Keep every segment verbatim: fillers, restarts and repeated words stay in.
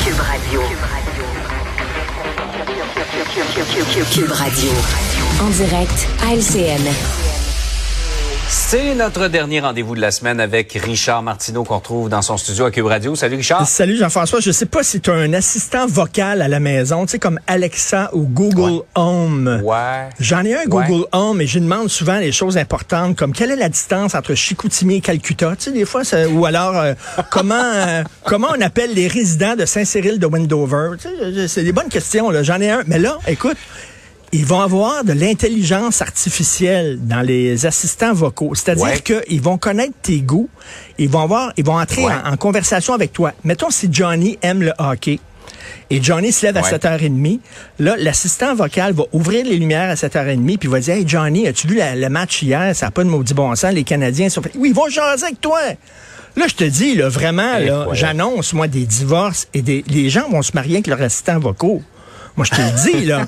Cube Radio. Cube Radio. En direct à L C N. C'est notre dernier rendez-vous de la semaine avec Richard Martineau qu'on retrouve dans son studio à Cube Radio. Salut Richard. Salut Jean-François. Je sais pas si tu as un assistant vocal à la maison, tu sais, comme Alexa ou Google ouais. Home. Ouais. J'en ai un Google ouais. Home et je demande souvent les choses importantes comme quelle est la distance entre Chicoutimi et Calcutta, tu sais, des fois, ça, ou alors euh, comment euh, comment on appelle les résidents de Saint-Cyril de Wendover. Tu sais, c'est des bonnes questions, là. J'en ai un. Mais là, écoute, ils vont avoir de l'intelligence artificielle dans les assistants vocaux. C'est-à-dire ouais. qu'ils vont connaître tes goûts. Ils vont avoir, ils vont entrer ouais. en, en conversation avec toi. Mettons si Johnny aime le hockey. Et Johnny se lève ouais. à sept heures trente. Là, l'assistant vocal va ouvrir les lumières à sept heures trente puis il va dire « Hey Johnny, as-tu vu la, le match hier? Ça n'a pas de maudit bon sens. Les Canadiens sont... » Oui, ils vont jaser avec toi. Là, je te dis, là, vraiment, là, j'annonce, moi, des divorces et des, les gens vont se marier avec leurs assistants vocaux. Moi, je te le dis, là.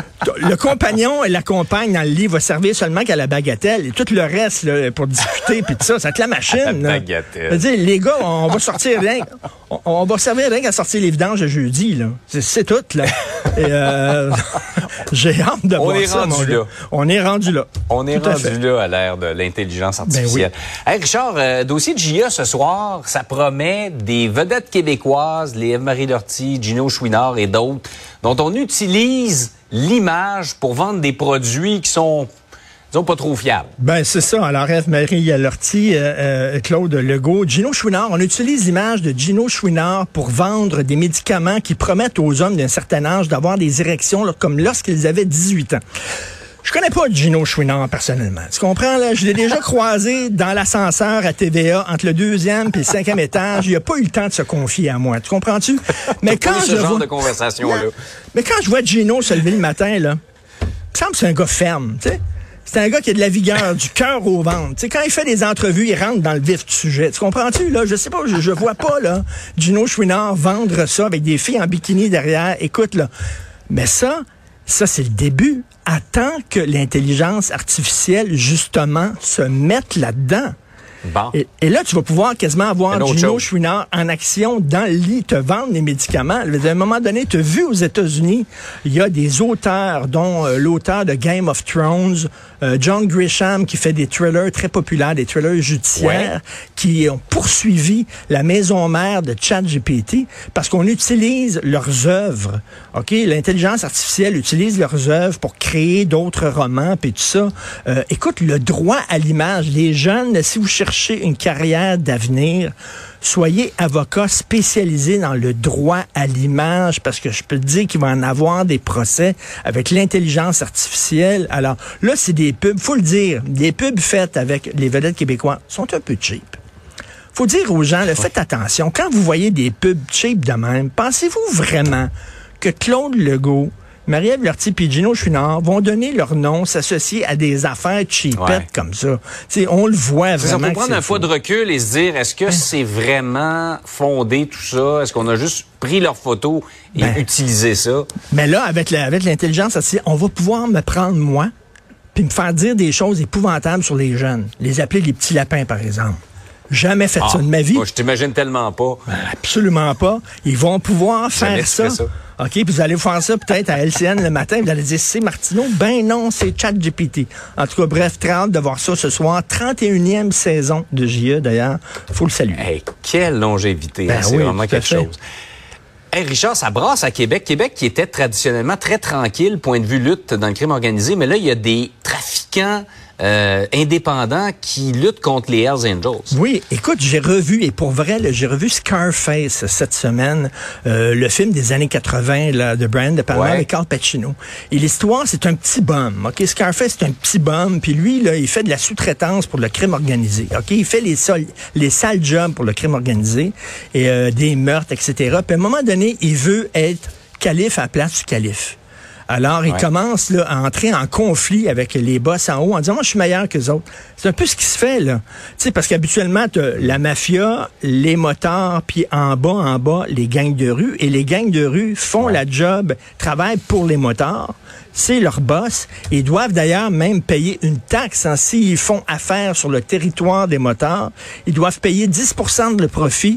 Le compagnon et la compagne dans le lit va servir seulement qu'à la bagatelle. Et tout le reste, là, pour discuter, puis tout ça, ça va être la machine. La bagatelle. Je veux dire, les gars, on va sortir rien. On, on va servir rien qu'à sortir les vidanges de jeudi, là. C'est, c'est tout, là. Et, euh, j'ai hâte de on voir est ça, rendu mon là. Gars. On est rendu là. On est tout rendu là à l'ère de l'intelligence artificielle. Ben oui. Hey, Richard, euh, dossier de J A ce soir, ça promet des vedettes québécoises, les Eve-Marie Lortie, Gino Chouinard et d'autres, dont on utilise l'image pour vendre des produits qui sont, disons, pas trop fiables. Ben c'est ça. Alors, Eve-Marie Lortie, euh, euh, Claude Legault, Gino Chouinard, on utilise l'image de Gino Chouinard pour vendre des médicaments qui promettent aux hommes d'un certain âge d'avoir des érections là, comme lorsqu'ils avaient dix-huit ans. Je connais pas Gino Chouinard personnellement. Tu comprends, là? Je l'ai déjà croisé dans l'ascenseur à T V A entre le deuxième et le cinquième étage. Il a pas eu le temps de se confier à moi. Tu comprends-tu? Mais quand ce je genre vois... de conversation-là. Mais quand je vois Gino se lever le matin, là, il me semble que c'est un gars ferme, tu sais. C'est un gars qui a de la vigueur, du cœur au ventre. Tu sais, quand il fait des entrevues, il rentre dans le vif du sujet. Tu comprends-tu, là? Je sais pas, je, je vois pas, là, Gino Chouinard vendre ça avec des filles en bikini derrière. Écoute, là. Mais ça, ça, c'est le début. Attends que l'intelligence artificielle, justement, se mette là-dedans. Bon. Et, et là, tu vas pouvoir quasiment avoir Gino Chouinard en action dans le lit, te vendre les médicaments. À un moment donné, tu as vu aux États-Unis, il y a des auteurs, dont euh, l'auteur de Game of Thrones, euh, John Grisham, qui fait des thrillers très populaires, des thrillers judiciaires, ouais. qui ont poursuivi la maison mère de ChatGPT parce qu'on utilise leurs œuvres. OK? L'intelligence artificielle utilise leurs œuvres pour créer d'autres romans, puis tout ça. Euh, écoute, le droit à l'image, les jeunes, si vous cherchez une carrière d'avenir, soyez avocat spécialisé dans le droit à l'image parce que je peux te dire qu'il va en avoir des procès avec l'intelligence artificielle. Alors là, c'est des pubs, faut le dire, des pubs faites avec les vedettes québécois sont un peu cheap. Faut dire aux gens, là, faites attention. Quand vous voyez des pubs cheap de même, pensez-vous vraiment que Claude Legault, Marie-Ève Lortie et Gino Chouinard vont donner leur nom, s'associer à des affaires cheapettes ouais. comme ça. T'sais, on le voit c'est vraiment. Il faut prendre un fou. fois de recul et se dire, est-ce que ben, c'est vraiment fondé tout ça? Est-ce qu'on a juste pris leurs photos et ben, utilisé ça? Mais là, avec, la, avec l'intelligence artificielle, on va pouvoir me prendre moi puis me faire dire des choses épouvantables sur les jeunes. Les appeler les petits lapins, par exemple. Jamais fait ah, ça de ma vie. Moi, je t'imagine tellement pas. Ben, absolument pas. Ils vont pouvoir faire ça. ça. OK, puis vous allez faire ça peut-être à L C N le matin. Vous allez dire, c'est Martineau. Ben non, c'est ChatGPT. En tout cas, bref, très hâte de voir ça ce soir. trente et unième saison de J E, d'ailleurs. Faut le saluer. Hey, quelle longévité. Ben hein, c'est oui, vraiment quelque fait. chose. Hey Richard, ça brasse à Québec. Québec qui était traditionnellement très tranquille, point de vue lutte dans le crime organisé. Mais là, il y a des trafiquants Euh, indépendants qui luttent contre les Hells Angels. Oui, écoute, j'ai revu, et pour vrai, là, j'ai revu Scarface cette semaine, euh, le film des années quatre-vingts là, de Brian De Palma ouais. avec Al Pacino. Et l'histoire, c'est un petit bum. Ok, Scarface, c'est un petit bum, puis lui, là, il fait de la sous-traitance pour le crime organisé. Ok, il fait les, sol- les sales jobs pour le crime organisé, et euh, des meurtres, et cetera. Puis à un moment donné, il veut être calife à la place du calife. Alors, ouais. il commence là, à entrer en conflit avec les boss en haut en disant « Moi, je suis meilleur que les autres. » C'est un peu ce qui se fait, là. Tu sais, parce qu'habituellement, tu as la mafia, les motards, puis en bas, en bas, les gangs de rue. Et les gangs de rue font ouais. la job, travaillent pour les motards. C'est leur boss. Ils doivent d'ailleurs même payer une taxe. Hein, s'ils font affaire sur le territoire des motards, ils doivent payer dix pour cent de le profit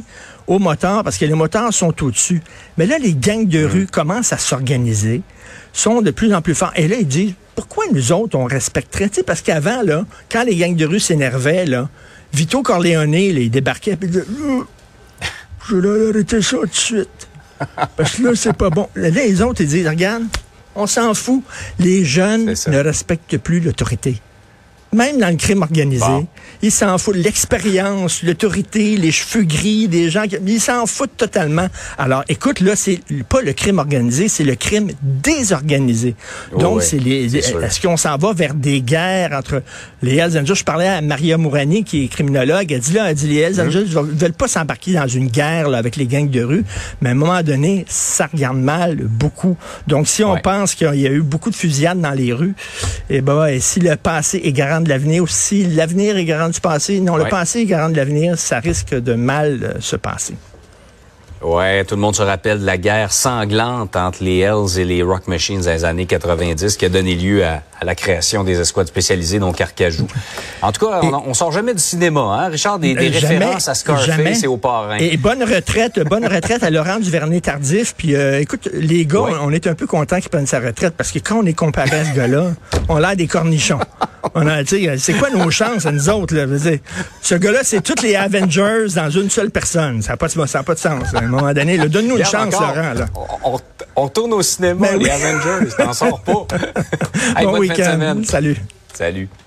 aux motards parce que les motards sont au-dessus. Mais là, les gangs de mmh. rue commencent à s'organiser, sont de plus en plus forts. Et là, ils disent, pourquoi nous autres, on respecterait? T'sais, parce qu'avant, là, quand les gangs de rue s'énervaient, là, Vito Corleone, là, il débarquait et il disait, je vais arrêter ça tout de suite. Parce que là, c'est pas bon. Là, les autres, ils disent, regarde, on s'en fout. Les jeunes ne respectent plus l'autorité. Même dans le crime organisé, bon. Ils s'en foutent. L'expérience, l'autorité, les cheveux gris, des gens, qui, ils s'en foutent totalement. Alors, écoute, là, c'est pas le crime organisé, c'est le crime désorganisé. Oh, Donc, ouais, c'est les. C'est est-ce qu'on s'en va vers des guerres entre les Hells Angels? Je parlais à Maria Mourani, qui est criminologue. Elle dit là, elle dit les Hells Angels ne mmh. veulent pas s'embarquer dans une guerre là, avec les gangs de rue, mais à un moment donné, ça regarde mal beaucoup. Donc, si on ouais. pense qu'il y a eu beaucoup de fusillades dans les rues, eh ben, et si le passé est garant de l'avenir aussi, l'avenir est garant du passé. Non, ouais. le passé est garant de l'avenir, ça risque de mal euh, se passer. Ouais, tout le monde se rappelle de la guerre sanglante entre les Hells et les Rock Machines dans les années quatre-vingt-dix qui a donné lieu à, à la création des escouades spécialisées, donc Carcajou. En tout cas, et, on, on sort jamais du cinéma, hein, Richard, des, des jamais, références à Scarface et au Parrain. Et bonne retraite, bonne retraite à Laurent Duvernay-Tardif. Puis, euh, écoute, les gars, ouais. on, on est un peu contents qu'ils prennent sa retraite parce que quand on est comparé à ce gars-là, on a l'air des cornichons. On a, tu sais, c'est quoi nos chances à nous autres, là? Dire, ce gars-là, c'est tous les Avengers dans une seule personne. Ça n'a pas, ça a pas de sens. À un moment donné, là, donne-nous une chance, encore, Laurent. Là. On, on tourne au cinéma, ben les oui. Avengers, t'en sors pas. Hey, bon bonne week-end. fin de semaine. Salut. Salut.